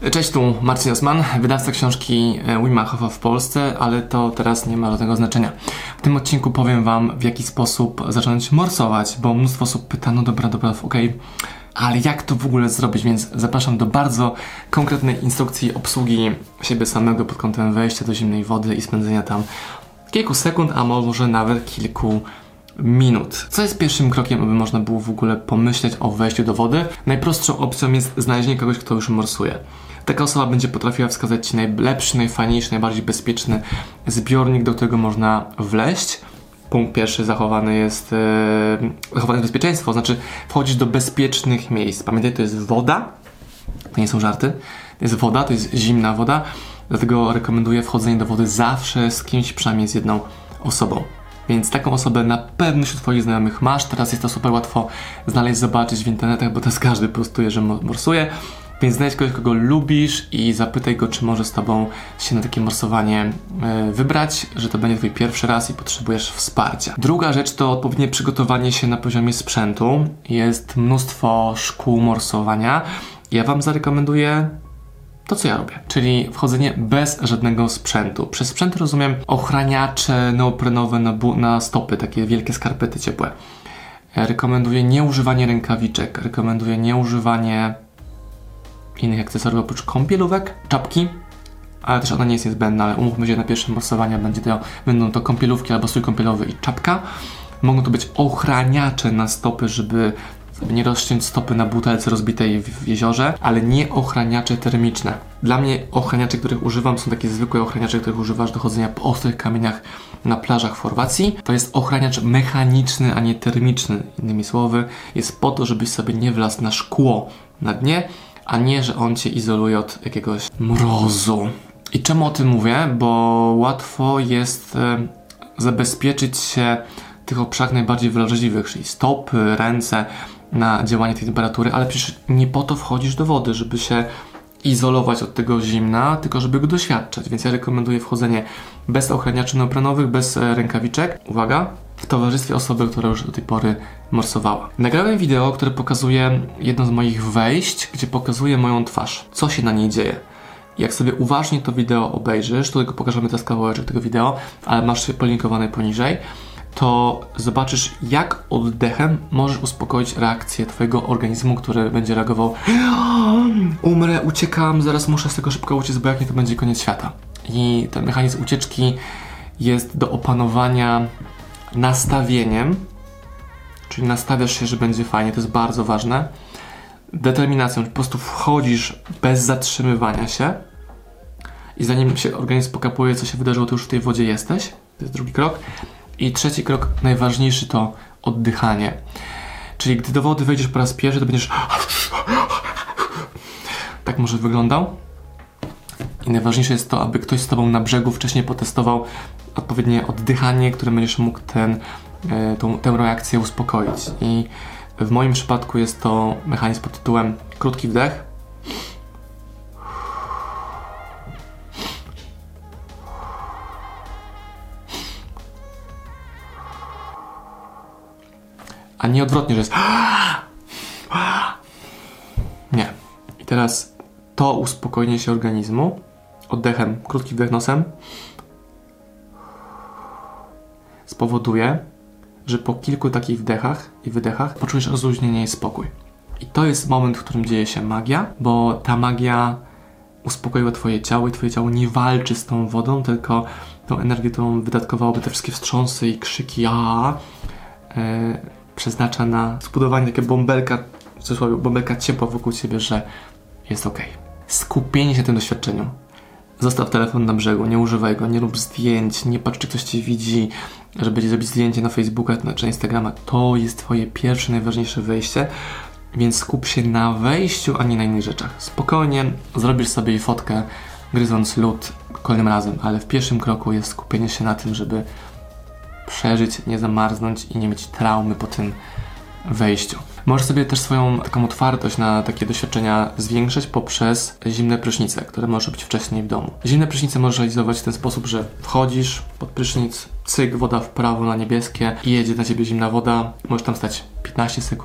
Cześć, tu Marcin Osman, wydawca książki Wima Hofa w Polsce, ale to teraz nie ma żadnego znaczenia. W tym odcinku powiem Wam, w jaki sposób zacząć morsować, bo mnóstwo osób pyta, no dobra, okej, ale jak to w ogóle zrobić, więc zapraszam do bardzo konkretnej instrukcji obsługi siebie samego pod kątem wejścia do zimnej wody i spędzenia tam kilku sekund, a może nawet kilku minut. Co jest pierwszym krokiem, aby można było w ogóle pomyśleć o wejściu do wody? Najprostszą opcją jest znalezienie kogoś, kto już morsuje. Taka osoba będzie potrafiła wskazać Ci najlepszy, najfajniejszy, najbardziej bezpieczny zbiornik, do którego można wleźć. Punkt pierwszy, zachowane jest bezpieczeństwo, znaczy wchodzisz do bezpiecznych miejsc. Pamiętaj, to jest woda, to nie są żarty, to jest woda, to jest zimna woda, dlatego rekomenduję wchodzenie do wody zawsze z kimś, przynajmniej z jedną osobą. Więc taką osobę na pewno wśród Twoich znajomych masz. Teraz jest to super łatwo znaleźć, zobaczyć w internetach, bo teraz każdy postuje, że morsuje. Więc znajdź kogoś, kogo lubisz i zapytaj go, czy może z Tobą się na takie morsowanie wybrać, że to będzie Twój pierwszy raz i potrzebujesz wsparcia. Druga rzecz to odpowiednie przygotowanie się na poziomie sprzętu. Jest mnóstwo szkół morsowania. Ja Wam zarekomenduję to, co ja robię, czyli wchodzenie bez żadnego sprzętu. Przez sprzęt rozumiem ochraniacze neoprenowe na stopy, takie wielkie skarpety ciepłe. Rekomenduję nieużywanie rękawiczek, rekomenduję nieużywanie innych akcesoriów oprócz kąpielówek, czapki, ale też ona nie jest niezbędna, ale umówmy się, na pierwszym morsowania będą to kąpielówki albo strój kąpielowy i czapka. Mogą to być ochraniacze na stopy, żeby nie rozciąć stopy na butelce rozbitej w jeziorze, ale nie ochraniacze termiczne. Dla mnie ochraniacze, których używam, są takie zwykłe ochraniacze, których używasz do chodzenia po ostrych kamieniach na plażach w Chorwacji. To jest ochraniacz mechaniczny, a nie termiczny. Innymi słowy, jest po to, żebyś sobie nie wlazł na szkło na dnie, a nie, że on Cię izoluje od jakiegoś mrozu. I czemu o tym mówię? Bo łatwo jest zabezpieczyć się w tych obszarach najbardziej wrażliwych, czyli stopy, ręce, na działanie tej temperatury, ale przecież nie po to wchodzisz do wody, żeby się izolować od tego zimna, tylko żeby go doświadczać. Więc ja rekomenduję wchodzenie bez ochraniaczy neoprenowych, bez rękawiczek. Uwaga! W towarzystwie osoby, która już do tej pory morsowała. Nagrałem wideo, które pokazuje jedno z moich wejść, gdzie pokazuje moją twarz. Co się na niej dzieje. Jak sobie uważnie to wideo obejrzysz, to tylko pokażemy teraz kawałeczek tego wideo, ale masz je polinkowane poniżej, to zobaczysz, jak oddechem możesz uspokoić reakcję Twojego organizmu, który będzie reagował: umrę, uciekam, zaraz muszę z tego szybko uciec, bo jak nie, to będzie koniec świata. I ten mechanizm ucieczki jest do opanowania nastawieniem, czyli nastawiasz się, że będzie fajnie, to jest bardzo ważne. Determinacją, po prostu wchodzisz bez zatrzymywania się i zanim się organizm pokapuje, co się wydarzyło, to już w tej wodzie jesteś. To jest drugi krok. I trzeci krok, najważniejszy, to oddychanie. Czyli gdy do wody wejdziesz po raz pierwszy, to będziesz tak może wyglądał. I najważniejsze jest to, aby ktoś z Tobą na brzegu wcześniej potestował odpowiednie oddychanie, które będziesz mógł tę reakcję uspokoić. I w moim przypadku jest to mechanizm pod tytułem krótki wdech, a nie odwrotnie, że jest nie. I teraz to uspokojenie się organizmu oddechem, krótki wdech nosem spowoduje, że po kilku takich wdechach i wydechach poczujesz rozluźnienie i spokój. I to jest moment, w którym dzieje się magia, bo ta magia uspokoiła Twoje ciało i Twoje ciało nie walczy z tą wodą, tylko tą energię, którą wydatkowałoby te wszystkie wstrząsy i krzyki przeznacza na zbudowanie takiego bąbelka ciepła wokół Ciebie, że jest okej. Skupienie się na tym doświadczeniu. Zostaw telefon na brzegu, nie używaj go, nie rób zdjęć, nie patrz, czy ktoś Cię widzi, żeby Ci zrobić zdjęcie na Facebooka czy na Instagrama. To jest Twoje pierwsze, najważniejsze wejście, więc skup się na wejściu, a nie na innych rzeczach. Spokojnie zrobisz sobie fotkę, gryząc lód kolejnym razem, ale w pierwszym kroku jest skupienie się na tym, żeby przeżyć, nie zamarznąć i nie mieć traumy po tym wejściu. Możesz sobie też swoją taką otwartość na takie doświadczenia zwiększyć poprzez zimne prysznice, które możesz robić wcześniej w domu. Zimne prysznice możesz realizować w ten sposób, że wchodzisz pod prysznic, cyk, woda w prawo na niebieskie i jedzie na Ciebie zimna woda. Możesz tam stać 15 sekund,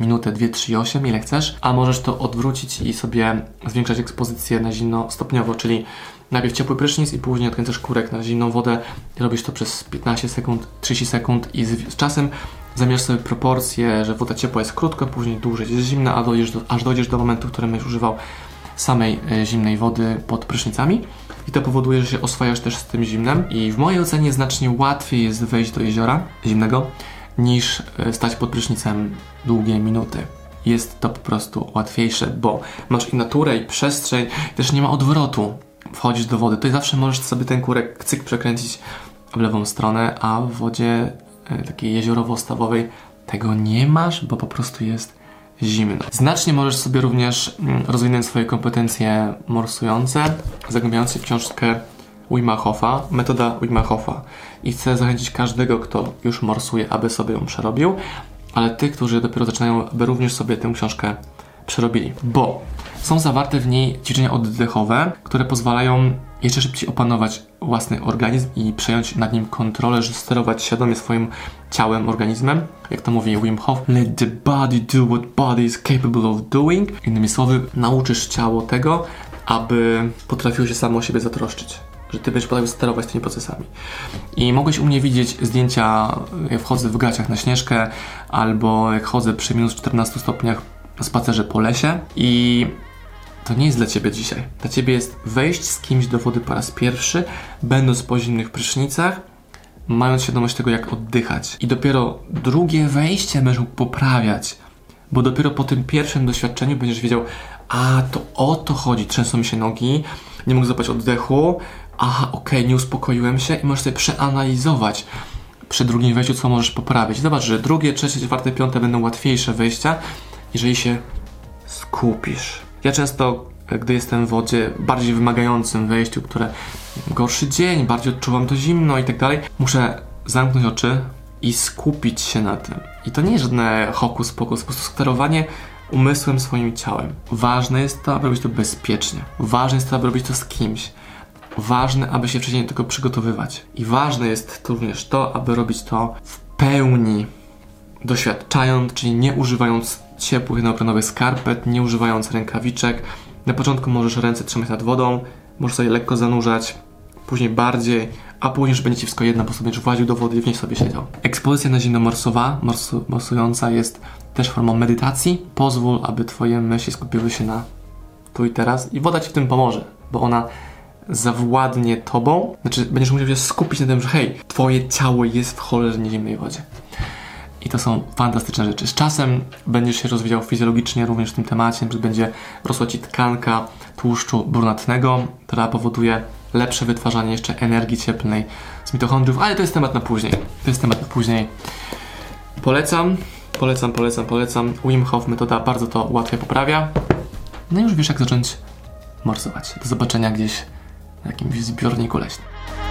minutę, 2, 3, 8, ile chcesz, a możesz to odwrócić i sobie zwiększać ekspozycję na zimno stopniowo, czyli najpierw ciepły prysznic i później odkręcasz kurek na zimną wodę i robisz to przez 15 sekund, 30 sekund i z czasem zamierz sobie proporcje, że woda ciepła jest krótko, później dłużej jest zimna, aż dojdziesz do momentu, w którym będziesz używał samej zimnej wody pod prysznicami i to powoduje, że się oswajasz też z tym zimnem i w mojej ocenie znacznie łatwiej jest wejść do jeziora zimnego niż stać pod prysznicem długie minuty. Jest to po prostu łatwiejsze, bo masz i naturę, i przestrzeń, też nie ma odwrotu. Wchodzisz do wody, to zawsze możesz sobie ten kurek cyk przekręcić w lewą stronę, a w wodzie takiej jeziorowo-stawowej tego nie masz, bo po prostu jest zimno. Znacznie możesz sobie również rozwinąć swoje kompetencje morsujące, zagłębiając się w książkę Wima Hofa, metoda Wima Hofa. I chcę zachęcić każdego, kto już morsuje, aby sobie ją przerobił, ale tych, którzy dopiero zaczynają, aby również sobie tę książkę przerobili, bo są zawarte w niej ćwiczenia oddechowe, które pozwalają jeszcze szybciej opanować własny organizm i przejąć nad nim kontrolę, że sterować świadomie swoim ciałem, organizmem. Jak to mówi Wim Hof, let the body do what body is capable of doing. Innymi słowy, nauczysz ciało tego, aby potrafiło się samo o siebie zatroszczyć. Że ty będziesz potrafił sterować tymi procesami. I mogłeś u mnie widzieć zdjęcia, jak wchodzę w gaciach na Śnieżkę, albo jak chodzę przy minus 14 stopniach na spacerze po lesie i to nie jest dla ciebie dzisiaj. Dla ciebie jest wejść z kimś do wody po raz pierwszy, będąc po zimnych prysznicach, mając świadomość tego, jak oddychać. I dopiero drugie wejście będziesz mógł poprawiać, bo dopiero po tym pierwszym doświadczeniu będziesz wiedział, a to o to chodzi, trzęsą mi się nogi, nie mogę złapać oddechu, aha, okej, nie uspokoiłem się i możesz sobie przeanalizować przy drugim wejściu, co możesz poprawić. Zobacz, że drugie, trzecie, czwarte, piąte będą łatwiejsze wejścia, jeżeli się skupisz. Ja często, gdy jestem w wodzie, bardziej wymagającym wejściu, które gorszy dzień, bardziej odczuwam to zimno i tak dalej, muszę zamknąć oczy i skupić się na tym. I to nie jest żadne hokus pokus, po prostu sterowanie umysłem, swoim ciałem. Ważne jest to, aby robić to bezpiecznie. Ważne jest to, aby robić to z kimś. Ważne, aby się wcześniej do tego przygotowywać. I ważne jest również to, aby robić to w pełni doświadczając, czyli nie używając ciepłych neoprenowych skarpet, nie używając rękawiczek. Na początku możesz ręce trzymać nad wodą, możesz sobie lekko zanurzać, później bardziej, a później już będzie ci wszystko jedno, po prostu będziesz właził do wody i w niej sobie siedział. Ekspozycja na zimno morsująca jest też formą medytacji. Pozwól, aby twoje myśli skupiły się na tu i teraz i woda ci w tym pomoże, bo ona zawładnie tobą, znaczy będziesz musiał się skupić na tym, że hej, twoje ciało jest w cholernie zimnej wodzie. I to są fantastyczne rzeczy. Z czasem będziesz się rozwijał fizjologicznie również w tym temacie, będzie rosła ci tkanka tłuszczu brunatnego, która powoduje lepsze wytwarzanie jeszcze energii cieplnej z mitochondriów, ale to jest temat na później. Polecam. Wim Hof metoda bardzo to łatwo poprawia. No i już wiesz, jak zacząć morsować. Do zobaczenia gdzieś na jakimś zbiorniku leśnym.